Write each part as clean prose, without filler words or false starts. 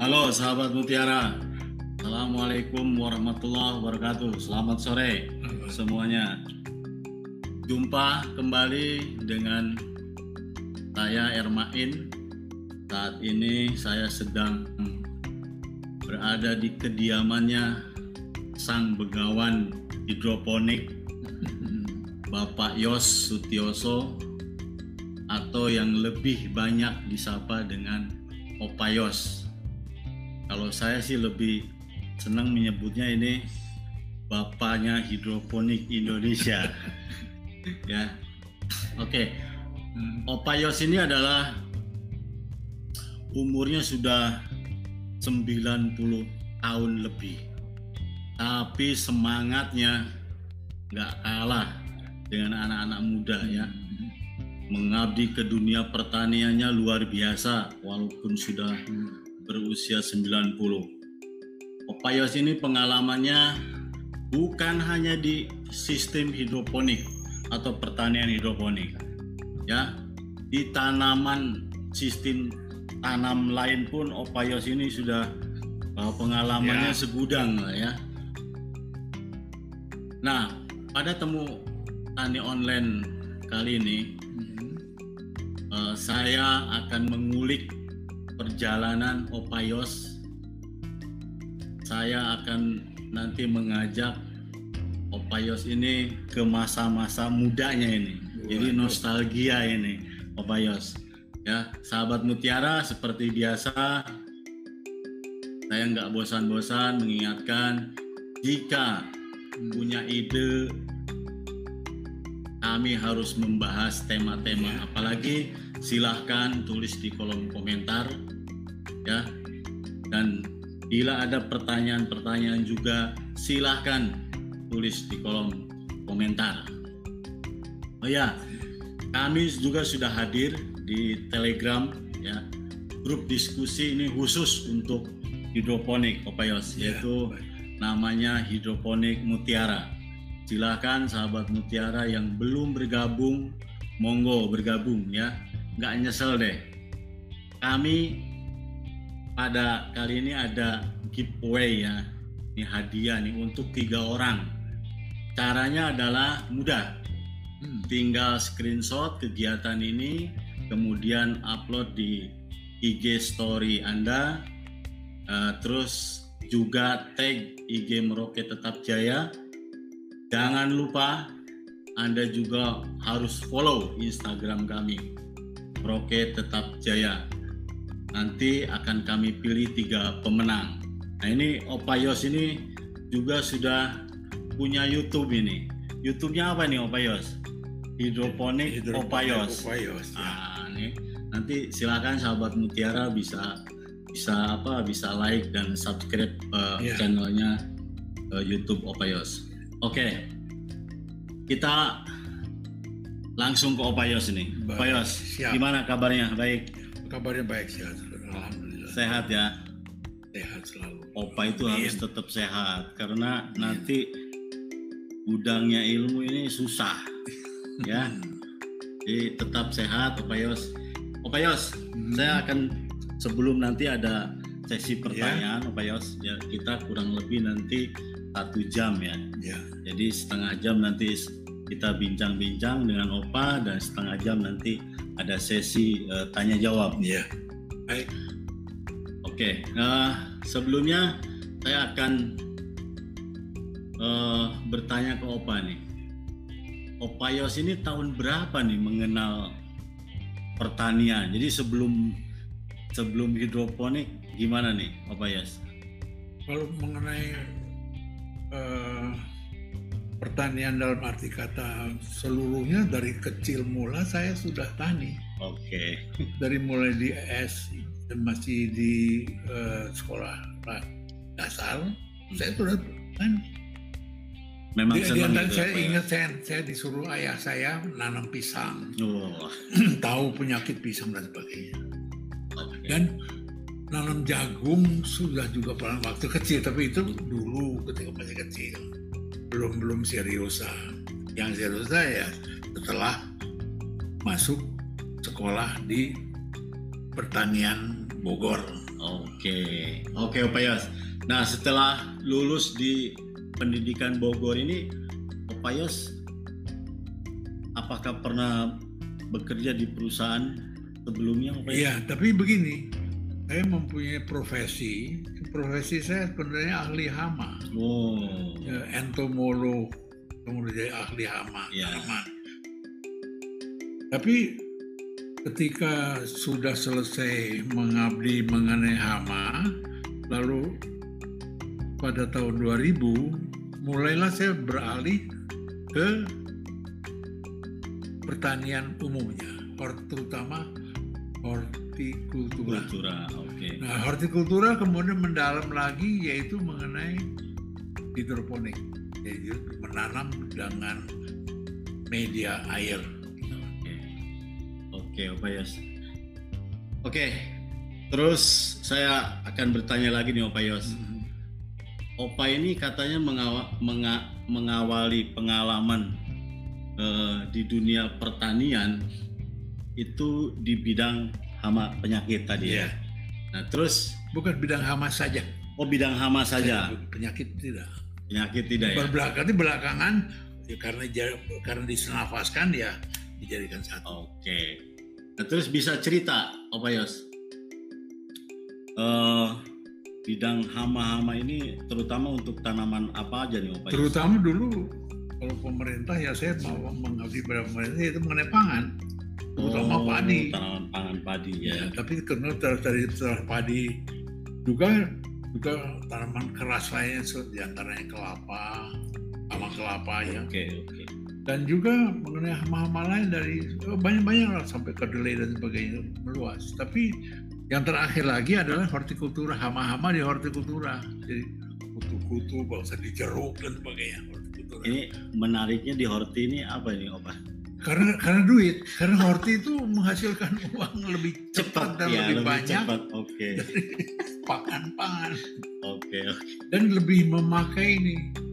Halo sahabat Mutiara, Assalamualaikum warahmatullahi wabarakatuh. Selamat sore semuanya. Jumpa kembali dengan saya Ermain. Saat ini saya sedang berada di kediamannya sang begawan hidroponik Bapak Yos Sutioso, atau yang lebih banyak disapa dengan Opa Yos. Kalau saya sih lebih senang menyebutnya ini bapaknya hidroponik Indonesia. Ya, oke. Opa Yos ini adalah umurnya sudah 90 tahun lebih, tapi semangatnya nggak kalah dengan anak-anak muda ya. Mengabdi ke dunia pertaniannya luar biasa walaupun sudah berusia 90. Opa Yos ini pengalamannya bukan hanya di sistem hidroponik atau pertanian hidroponik ya, di tanaman sistem tanam lain pun Opa Yos ini sudah pengalamannya segudang lah ya. Nah, pada temu tani online kali ini saya akan mengulik perjalanan Opa Yos. Saya akan nanti mengajak Opa Yos ini ke masa-masa mudanya ini. Jadi nostalgia ini Opa Yos. Ya, sahabat Mutiara, seperti biasa saya nggak bosan-bosan mengingatkan, jika punya ide kami harus membahas tema-tema apalagi, silahkan tulis di kolom komentar ya. Dan bila ada pertanyaan-pertanyaan juga silahkan tulis di kolom komentar. Oh ya, kami juga sudah hadir di Telegram ya, grup diskusi ini khusus untuk hidroponik Opa Yos, yaitu namanya Hidroponik Mutiara. Silahkan sahabat Mutiara yang belum bergabung, monggo bergabung ya, nggak nyesel deh. Kami pada kali ini ada giveaway ya, ini hadiah nih untuk 3 orang. Caranya adalah mudah, tinggal screenshot kegiatan ini, kemudian upload di IG story Anda, terus juga tag IG Merauke Tetap Jaya. Jangan lupa Anda juga harus follow Instagram kami, Merauke Tetap Jaya. Nanti akan kami pilih 3 pemenang. Nah, ini Opa Yos ini juga sudah punya YouTube ini. YouTube-nya apa nih Opa Yos? Hidroponik Opa Yos. Nah, nih nanti silakan sahabat Mutiara bisa like dan subscribe channelnya YouTube Opa Yos. Oke, kita langsung ke Opa Yos nih. Opa Yos, gimana kabarnya? Baik? Kabarnya baik, sehat. Alhamdulillah. Sehat ya? Sehat selalu. Opa itu harus tetap sehat, karena nanti gudangnya ilmu ini susah ya. Jadi tetap sehat Opa Yos. Opa Yos, saya akan, sebelum nanti ada sesi pertanyaan Opa Yos ya, kita kurang lebih nanti 1 jam ya. Jadi setengah jam nanti kita bincang-bincang dengan Opa, dan setengah jam nanti ada sesi tanya jawab. Baik. Oke, sebelumnya saya akan bertanya ke Opa nih. Opa Yos ini tahun berapa nih mengenal pertanian? Jadi sebelum hidroponik gimana nih Opa Yos? Kalau mengenai pertanian dalam arti kata seluruhnya, dari kecil mula saya sudah tani. Oke. Dari mulai di S dan masih di sekolah dasar, saya sudah tani. Memang senang gitu. Saya ingat saya disuruh ayah saya nanam pisang. Tahu penyakit pisang dan sebagainya. Dan nanam jagung sudah juga pada waktu kecil, tapi itu dulu ketika masih kecil, belum seriosa. Yang seriosa ya setelah masuk sekolah di pertanian Bogor. Oke Pak Yos. Nah, setelah lulus di pendidikan Bogor ini, Pak Yos apakah pernah bekerja di perusahaan sebelumnya? Iya, tapi begini, saya mempunyai profesi saya sebenarnya ahli hama. Ya, entomolog, kemudian jadi ahli hama. Ya. Tapi ketika sudah selesai mengabdi mengenai hama, lalu pada tahun 2000 mulailah saya beralih ke pertanian umumnya, terutama hortikultura. Nah, hortikultura kemudian mendalam lagi yaitu mengenai hidroponik, yaitu menanam dengan media air. Oke, Pak Yos. Oke, terus saya akan bertanya lagi nih, Pak Yos. Opa ini katanya mengawali pengalaman di dunia pertanian itu di bidang hama penyakit tadi ya. Nah, terus bukan bidang hama saja. Oh, bidang hama saja. Penyakit tidak. Penyakit tidak ya. Belakangan ya, karena disenafaskan ya dijadikan satu. Oke. Nah, terus bisa cerita, Opa Yos, bidang hama-hama ini terutama untuk tanaman apa aja nih, Opa Yos? Terutama dulu kalau pemerintah ya saya mau mengabdi pada pemerintah itu mengenai pangan, terutama padi. Tanaman pangan padi ya. Tapi karena dari padi juga tanaman keras lainnya, diantaranya kelapa, sama kelapa ya. Oke. Dan juga mengenai hama-hama lain dari banyak-banyak lah sampai kedelai dan sebagainya meluas. Tapi yang terakhir lagi adalah hortikultura, hama-hama di hortikultura. Jadi kutu-kutu, bangsa di jeruk dan sebagainya. Hortikultura. Ini menariknya di horti ini apa ini, Opa? Karena duit, karena horti itu menghasilkan uang lebih cepat dan ya, lebih banyak dari pangan. Oke. Dan lebih memakai ini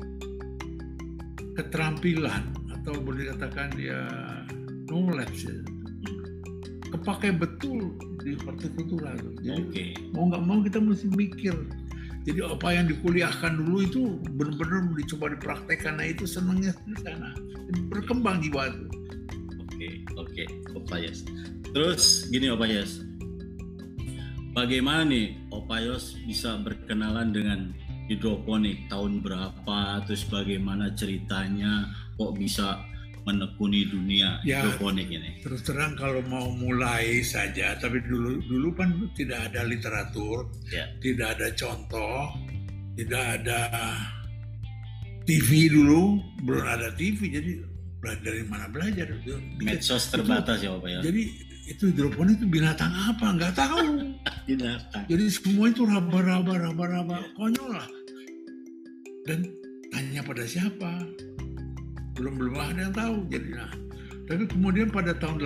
keterampilan atau boleh dikatakan ya knowledge ya. Kepakai betul di hortikultura. Jadi mau nggak mau kita mesti mikir. Jadi apa yang dikuliahkan dulu itu benar-benar dicoba dipraktekkan. Nah itu senangnya di sana. Berkembang di bawah. Oke, Opa Yos. Terus gini Opa Yos, bagaimana nih Opa Yos bisa berkenalan dengan hidroponik, tahun berapa, terus bagaimana ceritanya kok bisa menekuni dunia hidroponik ini? Terus terang kalau mau mulai saja, tapi dulu kan tidak ada literatur, tidak ada contoh, tidak ada TV dulu, belum ada TV, jadi dari mana belajar? Medsos terbatas ya Pak ya. Jadi itu hidroponik itu binatang apa? Nggak tahu. Binatang. Jadi semua itu raba-raba, konyol lah. Dan tanya pada siapa? Belum ada yang tahu. Jadi tapi kemudian pada tahun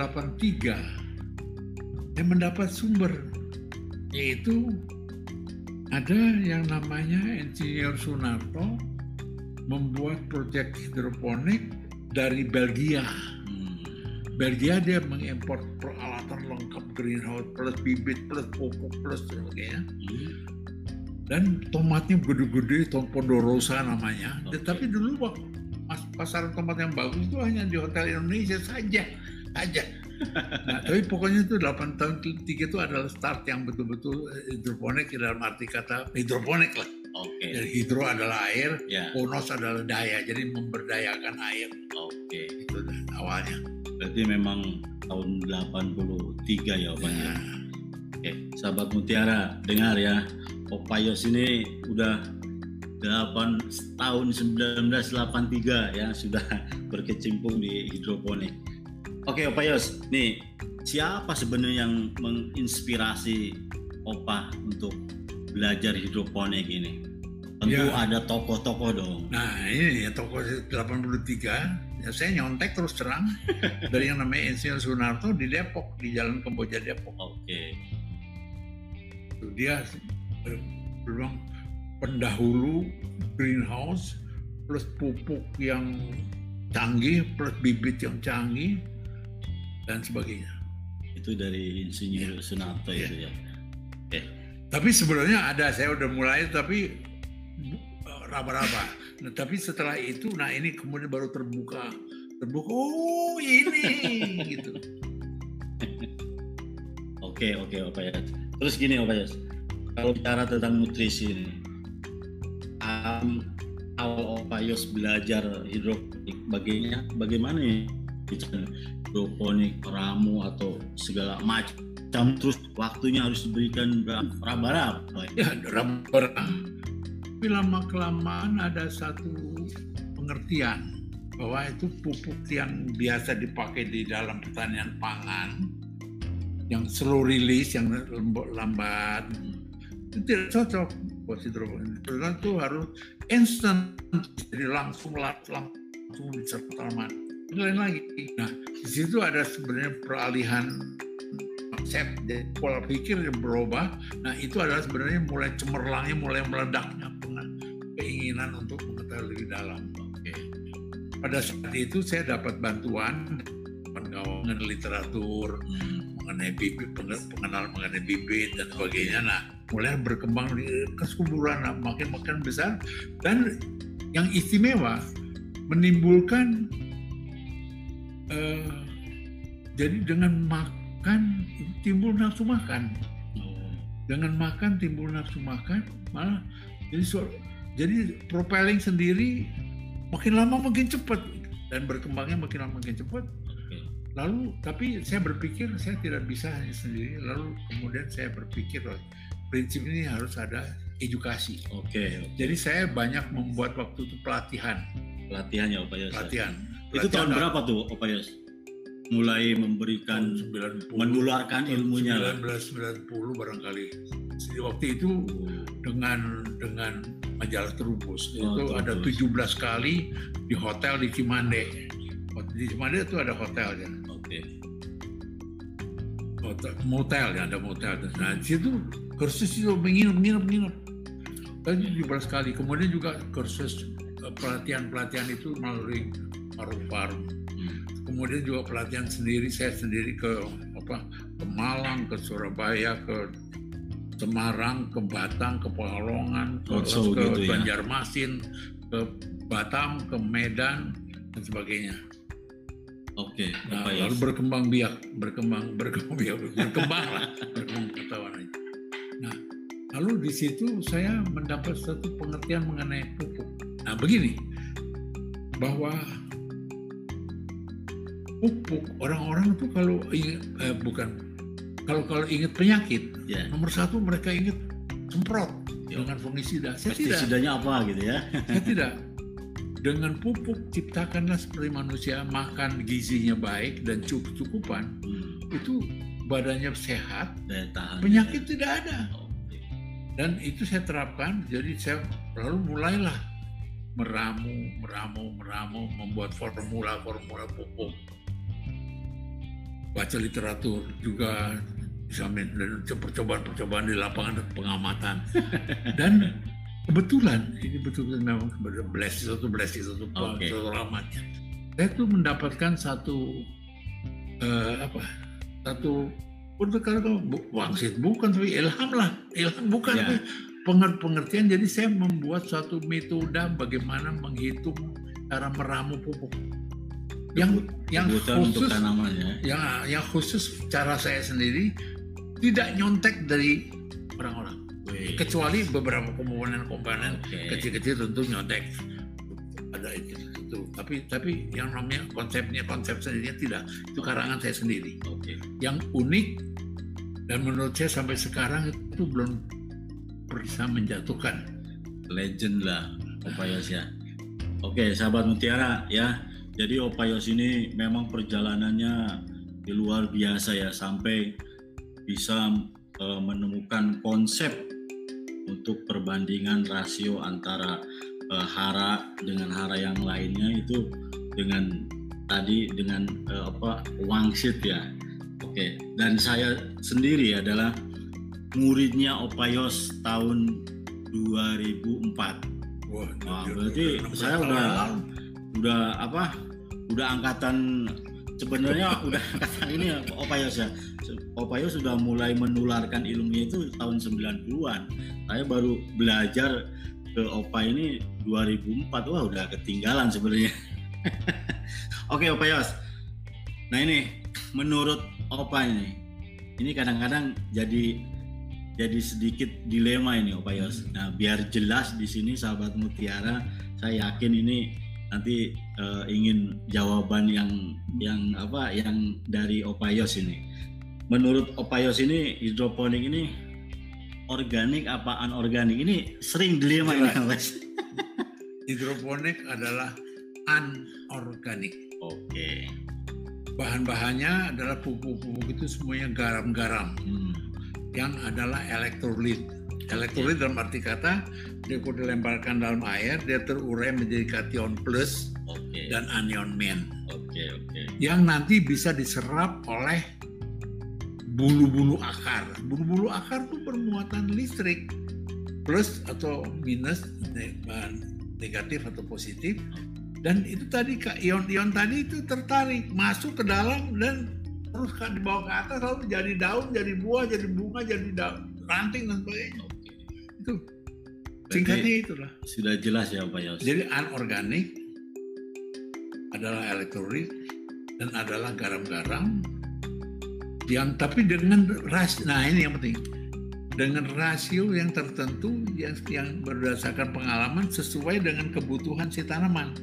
83 saya mendapat sumber, yaitu ada yang namanya Insinyur Sunarto membuat proyek hidroponik dari Belgia. Belgia dia mengimpor peralatan lengkap greenhouse plus bibit plus pupuk plus sebagainya. Dan tomatnya gede-gede, Ponderosa namanya. Tapi dulu waktu pasar tomat yang bagus itu hanya di Hotel Indonesia saja. Nah, tapi pokoknya itu 8 tahun 3 itu adalah start yang betul-betul hidroponik dalam arti kata hidroponik lah. Jadi hidro adalah air, ponos adalah daya, jadi memberdayakan air. Itu awalnya. Berarti memang tahun 83 ya Pak ya. Sahabat Mutiara, dengar ya, Opa Yos ini udah 8 tahun 1983 ya sudah berkecimpung di hidroponik. Opa Yos, nih siapa sebenarnya yang menginspirasi Opa untuk belajar hidroponik ini? Tentu ada tokoh-tokoh dong. Nah ini ya tokoh 83, ya saya nyontek terus terang dari yang namanya Insinyur Sunarto di Depok, di Jalan Kamboja Depok. Dia bilang pendahulu greenhouse plus pupuk yang canggih plus bibit yang canggih dan sebagainya. Itu dari Insinyur Sunarto itu ya. Tapi sebenarnya ada, saya udah mulai tapi raba-raba. Nah, tapi setelah itu, nah ini kemudian baru terbuka. Oh ini gitu. Oke, Opayos. Terus gini Opayos, kalau bicara tentang nutrisi ini, awal Opayos belajar hidroponik, bagaimana ya? Hidroponik, ramu atau segala macam, terus waktunya harus diberikan berapa? Ya, berapa? Tapi lama-kelamaan ada satu pengertian bahwa itu pupuk yang biasa dipakai di dalam pertanian pangan, yang slow release, yang lambat, itu tidak cocok buat hidroponik. Itu harus instant, jadi langsung diserap tanaman. Lain lagi. Nah, di situ ada sebenarnya peralihan konsep, pola pikir yang berubah. Nah, itu adalah sebenarnya mulai cemerlangnya, mulai meledaknya keinginan untuk mengetahui lebih dalam. Oke. Pada saat itu saya dapat bantuan pengawalan literatur mengenai bibit, pengenalan mengenai bibit dan sebagainya. Nah, mulai berkembang di kesuburan, makin besar, dan yang istimewa menimbulkan jadi dengan makan timbul nafsu makan. Dengan makan timbul nafsu makan, malah jadi profiling sendiri makin lama makin cepat dan berkembangnya makin lama makin cepat. Lalu tapi saya berpikir saya tidak bisa hanya sendiri. Lalu kemudian saya berpikir prinsip ini harus ada edukasi. Jadi saya banyak membuat waktu itu pelatihan. Pelatihannya Opayos. Pelatihan. Itu tahun berapa tuh Opayos? Mulai memberikan, menularkan ilmunya. 1990 barangkali. Jadi waktu itu dengan majalah Trubus itu ada 17 kali di hotel di Cimande. Di Cimande itu ada hotelnya. Motel ya, ada motel. Nah di situ kursus itu menginap. Dan 17 kali. Kemudian juga kursus pelatihan itu melalui paru-paru. Kemudian juga pelatihan saya sendiri ke Malang, ke Surabaya, ke Semarang, ke Batang, ke Pekalongan, ke Banjarmasin, ke Batam, ke Medan dan sebagainya. Nah, lalu berkembang pengetahuan itu. Nah, lalu di situ saya mendapat satu pengertian mengenai pupuk. Nah, begini, bahwa pupuk orang-orang itu kalau ingat penyakit, nomor satu mereka ingat semprot dengan fungisida. Fungisidanya apa gitu ya? Saya tidak. Dengan pupuk ciptakanlah seperti manusia, makan gizinya baik dan cukupan, itu badannya sehat, penyakit tidak ada. Dan itu saya terapkan. Jadi saya lalu mulailah meramu, membuat formula pupuk. Baca literatur juga, dan percobaan di lapangan dan pengamatan. Dan kebetulan ini betul-betul memang blessing satu rahmatnya. Saya tuh mendapatkan satu wangsit bukan, tapi ilham bukan, tapi pengertian. Jadi saya membuat satu metode bagaimana menghitung cara meramu pupuk. Yang khusus tanamannya. Yang khusus cara saya sendiri, tidak nyontek dari orang-orang. Kecuali beberapa komponen kecil-kecil tentu nyontek. Ada itu. Tapi yang namanya konsep sendirinya tidak. Itu karangan saya sendiri. Yang unik dan menurut saya sampai sekarang itu belum bisa menjatuhkan. Legend lah Opayos ya. Sahabat Mutiara ya. Jadi Opayos ini memang perjalanannya di luar biasa ya, sampai bisa menemukan konsep untuk perbandingan rasio antara hara dengan hara yang lainnya, itu dengan wangsit ya. Dan saya sendiri adalah muridnya Opayos tahun 2004. Berarti saya udah angkatan sebenarnya udah ini ya Opayos ya. Opayos sudah mulai menularkan ilmunya itu tahun 90-an. Saya baru belajar ke Opa ini 2004. Wah, udah ketinggalan sebenarnya. Oke, Opayos. Nah, ini menurut Opa ini kadang-kadang jadi sedikit dilema ini Opayos. Nah, biar jelas di sini sahabat Mutiara, saya yakin ini nanti ingin jawaban yang dari Opayos ini. Menurut Opayos ini hidroponik ini organik apa anorganik? Ini sering dilema ini, Mas. Hidroponik adalah anorganik. Oke. Bahan-bahannya adalah pupuk-pupuk itu semuanya garam-garam. Yang adalah elektrolit. Elektrolit dalam arti kata dia dilemparkan dalam air, dia terurai menjadi kation plus dan anion min. Yang nanti bisa diserap oleh bulu-bulu akar. Bulu-bulu akar itu bermuatan listrik plus atau minus, negatif atau positif. Dan itu tadi ion-ion tadi itu tertarik masuk ke dalam dan terus kan dibawa ke atas lalu jadi daun, jadi buah, jadi bunga, jadi ranting dan sebagainya. Itu singkatnya itulah. Sudah jelas ya Pak Yos. Jadi anorganik adalah elektrolit dan adalah garam-garam yang tapi dengan rasio. Nah ini yang penting, dengan rasio yang tertentu yang berdasarkan pengalaman sesuai dengan kebutuhan si tanaman.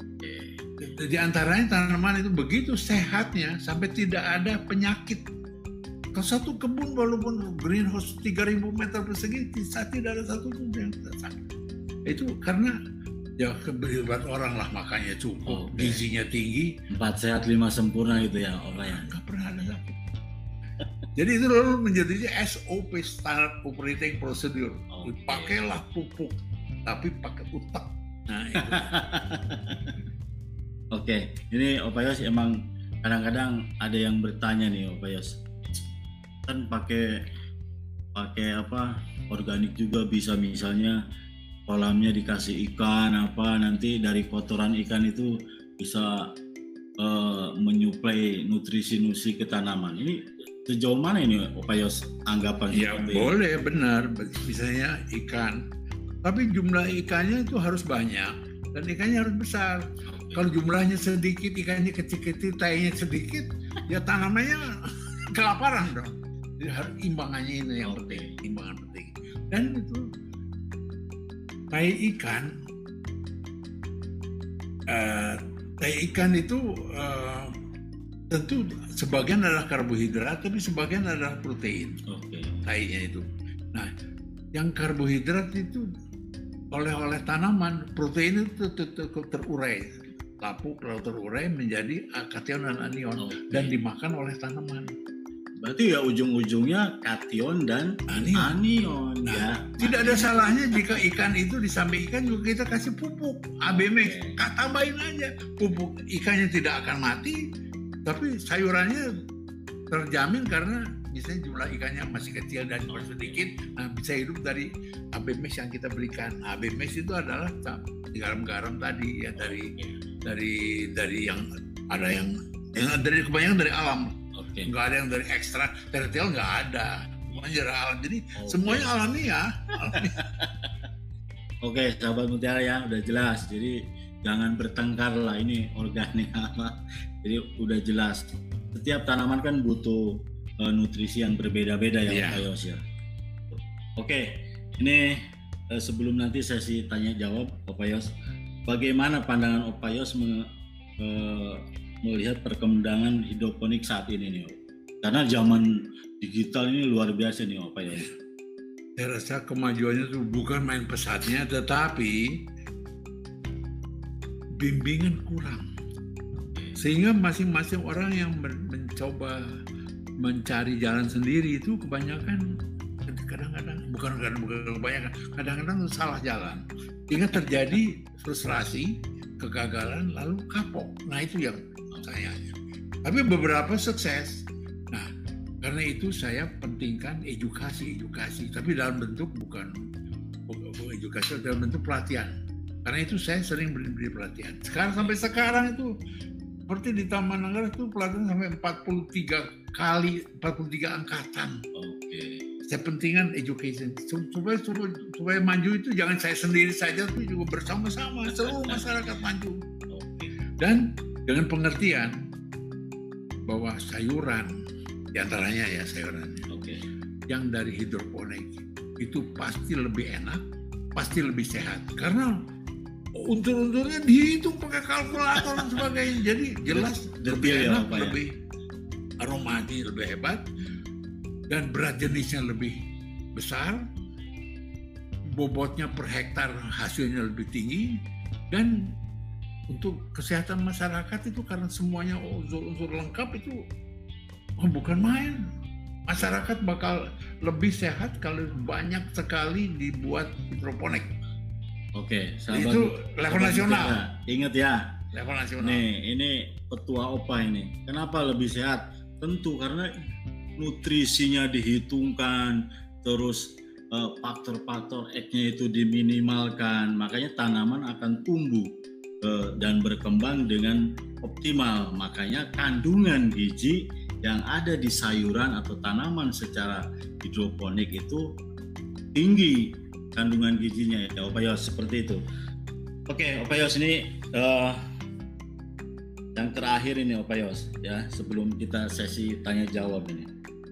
Di antaranya tanaman itu begitu sehatnya sampai tidak ada penyakit. Kalau satu kebun walaupun greenhouse 3.000 meter persegi tidak ada satu pun yang sakit. Itu karena ya keberhasilan orang lah makanya cukup, gizinya tinggi. 4 sehat 5 sempurna gitu ya Om ya. Nggak pernah ada sakit. Jadi itu lalu menjadi SOP standard operating procedure. Pakailah pupuk tapi pakai utak. Nah itu. Oke, ini Opayos emang kadang-kadang ada yang bertanya nih Opayos, kan pakai apa organik juga bisa, misalnya kolamnya dikasih ikan apa, nanti dari kotoran ikan itu bisa menyuplai nutrisi ke tanaman. Ini sejauh mana ini Opayos anggapan? Ya boleh, benar, misalnya ikan, tapi jumlah ikannya itu harus banyak dan ikannya harus besar. Kalau jumlahnya sedikit, ikannya kecil-kecil, tainya sedikit, ya tanamannya kelaparan dong. Jadi harus imbangannya ini yang penting, imbangan penting. Dan itu tai ikan itu tentu sebagian adalah karbohidrat, tapi sebagian adalah protein. Tainya itu. Nah, yang karbohidrat itu oleh tanaman, protein itu terurai. Lapuk lalu terurai menjadi kation dan anion dan dimakan oleh tanaman. Berarti ya ujung-ujungnya kation dan anion. Nah, ya. Tidak ada salahnya jika ikan itu di samping ikan juga kita kasih pupuk ABMX. Tambahin aja pupuk, ikannya tidak akan mati, tapi sayurannya terjamin karena misalnya jumlah ikannya masih kecil dan sedikit, nah bisa hidup dari ABMX yang kita berikan. ABMX itu adalah garam-garam tadi ya dari yang ada yang dari kebanyakan dari alam, nggak ada yang dari ekstrak tertial, nggak ada, semuanya dari alam, jadi semuanya alamiah. Oke, sahabat Mutiara ya, udah jelas. Jadi jangan bertengkar lah ini organik apa. Jadi udah jelas. Setiap tanaman kan butuh nutrisi yang berbeda-beda ya Pak Yos ya. Oke, ini sebelum nanti sesi tanya jawab Pak Yos, bagaimana pandangan Opayos melihat perkembangan hidroponik saat ini nih? Karena zaman digital ini luar biasa nih Opayos. Saya rasa kemajuannya itu bukan main pesatnya, tetapi bimbingan kurang. Sehingga masing-masing orang yang mencoba mencari jalan sendiri itu kadang-kadang itu salah jalan. Sehingga terjadi frustrasi, kegagalan, lalu kapok. Nah itu yang sayangnya. Tapi beberapa sukses. Nah karena itu saya pentingkan edukasi, tapi dalam bentuk bukan edukasi, dalam bentuk pelatihan. Karena itu saya sering beri pelatihan. Sampai sekarang itu Seperti di Taman Anggrek itu pelatihan sampai 43 kali, 43 angkatan. Saya pentingkan education supaya maju itu jangan saya sendiri saja, tapi juga bersama-sama seluruh masyarakat maju. Dan dengan pengertian bahwa sayuran, diantaranya ya sayurannya, yang dari hidroponik itu pasti lebih enak, pasti lebih sehat karena unsur-unsurnya dihitung pakai kalkulator dan sebagainya. Jadi jelas lebih enak, lebih aromatik, lebih hebat, dan berat jenisnya lebih besar, bobotnya per hektar hasilnya lebih tinggi, dan untuk kesehatan masyarakat itu karena semuanya unsur-unsur lengkap itu bukan main. Masyarakat bakal lebih sehat kalau banyak sekali dibuat hidroponik. Sahabat, itu level nasional. Ingat ya, level nasional. Nih, ini petua Opa ini. Kenapa lebih sehat? Tentu karena nutrisinya dihitungkan, terus faktor-faktor X-nya itu diminimalkan, makanya tanaman akan tumbuh dan berkembang dengan optimal. Makanya kandungan gizi yang ada di sayuran atau tanaman secara hidroponik itu tinggi kandungan gizinya ya Opa Yos, seperti itu. Opa Yos, ini yang terakhir ini Opa Yos ya, sebelum kita sesi tanya jawab ini.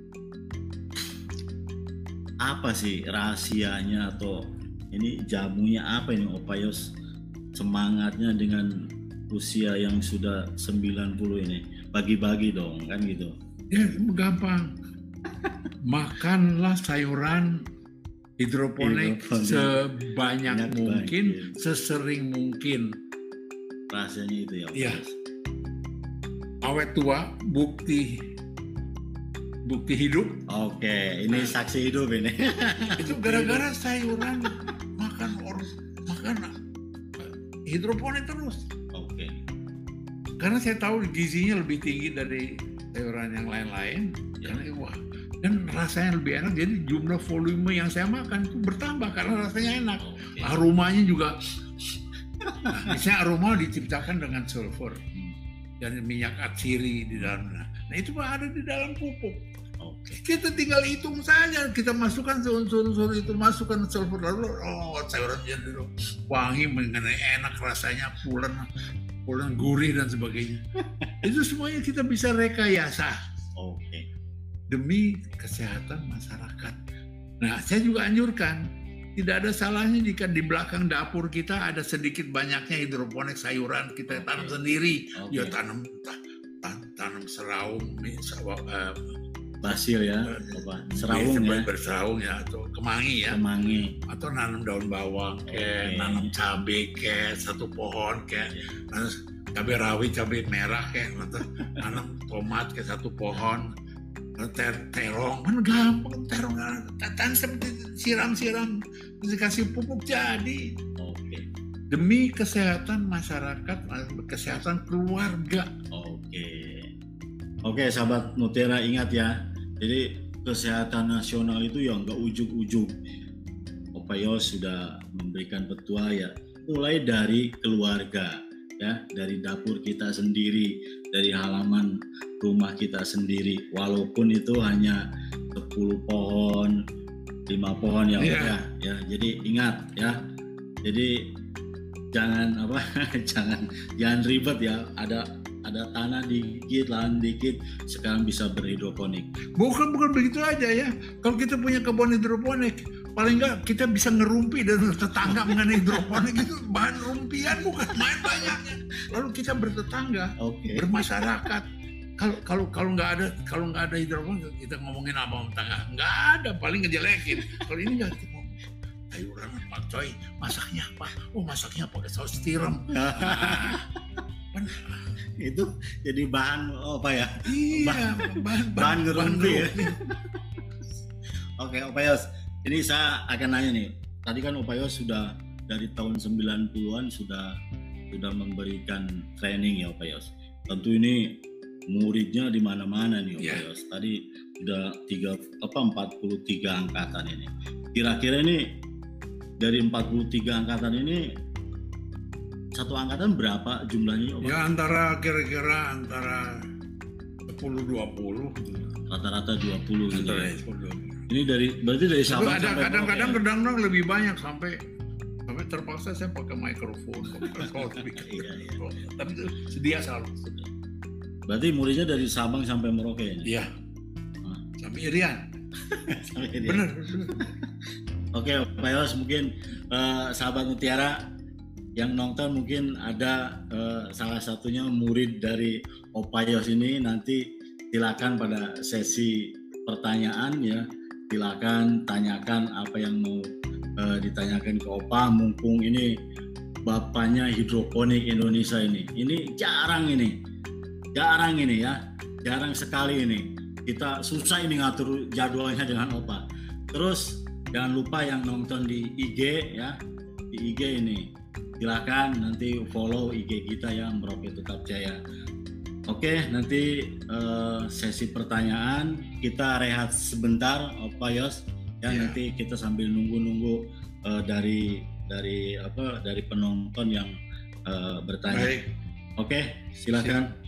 Apa sih rahasianya atau ini jamunya apa ini Opa Yos? Semangatnya dengan usia yang sudah 90 ini. Bagi-bagi dong kan gitu. Ya gampang. Makanlah sayuran hidroponik sebanyak mungkin, sesering mungkin. Rasanya itu ya. Iya. Awet tua, bukti hidup. Ini saksi hidup ini. Itu gara-gara sayuran makan hidroponik terus. Karena saya tahu gizinya lebih tinggi dari sayuran yang lain-lain. Dan rasanya lebih enak, jadi jumlah volume yang saya makan itu bertambah karena rasanya enak. Aromanya juga, misalnya aroma diciptakan dengan sulfur dan minyak atsiri di dalamnya. Nah itu ada di dalam pupuk. Kita tinggal hitung saja, kita masukkan unsur-unsur itu, masukkan sulfur, lalu sayuran jadi wangi, mengenai enak rasanya, pulen gurih dan sebagainya. Itu semuanya kita bisa rekayasa. Demi kesehatan masyarakat. Nah, saya juga anjurkan, tidak ada salahnya jika di belakang dapur kita ada sedikit banyaknya hidroponik sayuran kita tanam sendiri. Ya tanam seraung, basil ya, seraung ya, berseraung ya, atau kemangi ya, atau nanam daun bawang, nanam cabai satu pohon cabai rawit, cabai merah atau nanam tomat satu pohon. Terong kan gampang, terong kan seperti siram-siram dikasih pupuk jadi. Demi kesehatan masyarakat, kesehatan keluarga. Sahabat Mutiara, ingat ya, jadi kesehatan nasional itu ya nggak ujug-ujug. Opa Yos sudah memberikan petua ya, mulai dari keluarga ya, dari dapur kita sendiri, dari halaman rumah kita sendiri, walaupun itu hanya 10 pohon, 5 pohon ya. Jadi ingat ya, jadi jangan jangan ribet ya, ada tanah dikit, lahan dikit, sekarang bisa berhidroponik. Bukan begitu aja ya. Kalau kita punya kebun hidroponik, paling enggak kita bisa ngerumpi dan tetangga mengenai hidroponik itu bahan rumpian, bukan main banyaknya. Lalu kita bertetangga, bermasyarakat. Kalau nggak ada hidroponik, kita ngomongin apa tetangga? Nggak ada, paling ngejelekin. Kalau ini nggak, kita ngomong sayuran Pak Coy, masaknya apa? Masaknya pakai saus tiram. Itu jadi bahan apa ya? Iya, bahan ngerumpi ya. Opa Yos, ini saya akan nanya nih. Tadi kan Opa Yos sudah dari tahun 90-an sudah memberikan training ya Opa Yos. Tentu ini muridnya di mana-mana nih Opa Yos. Tadi sudah 43 angkatan ini. Kira-kira ini dari 43 angkatan ini satu angkatan berapa jumlahnya? Ya kira-kira antara 10-20. Rata-rata 20 gitu. Ini berarti dari Sabang sampai kadang-kadang kadang-kadang lebih banyak sampai terpaksa saya pakai mikrofon, Iya. Tapi itu sedia selalu. Berarti muridnya dari Sabang sampai Merauke ya? Iya. Sampai Irian. Benar. Oke, Pak Yos, mungkin sahabat Mutiara yang nonton mungkin ada salah satunya murid dari Opa Yos ini, nanti silakan pada sesi pertanyaan ya, silakan tanyakan apa yang mau ditanyakan ke Opa, mumpung ini bapaknya hidroponik Indonesia ini jarang ya, jarang sekali ini. Kita susah ini ngatur jadwalnya dengan Opa. Terus jangan lupa yang nonton di IG ya, di IG ini silakan nanti follow IG kita ya, Merauke Tetap Jaya. Oke, nanti sesi pertanyaan kita rehat sebentar, Opa Yos ya. Nanti kita sambil nunggu dari penonton yang bertanya. Baik. Oke, silakan.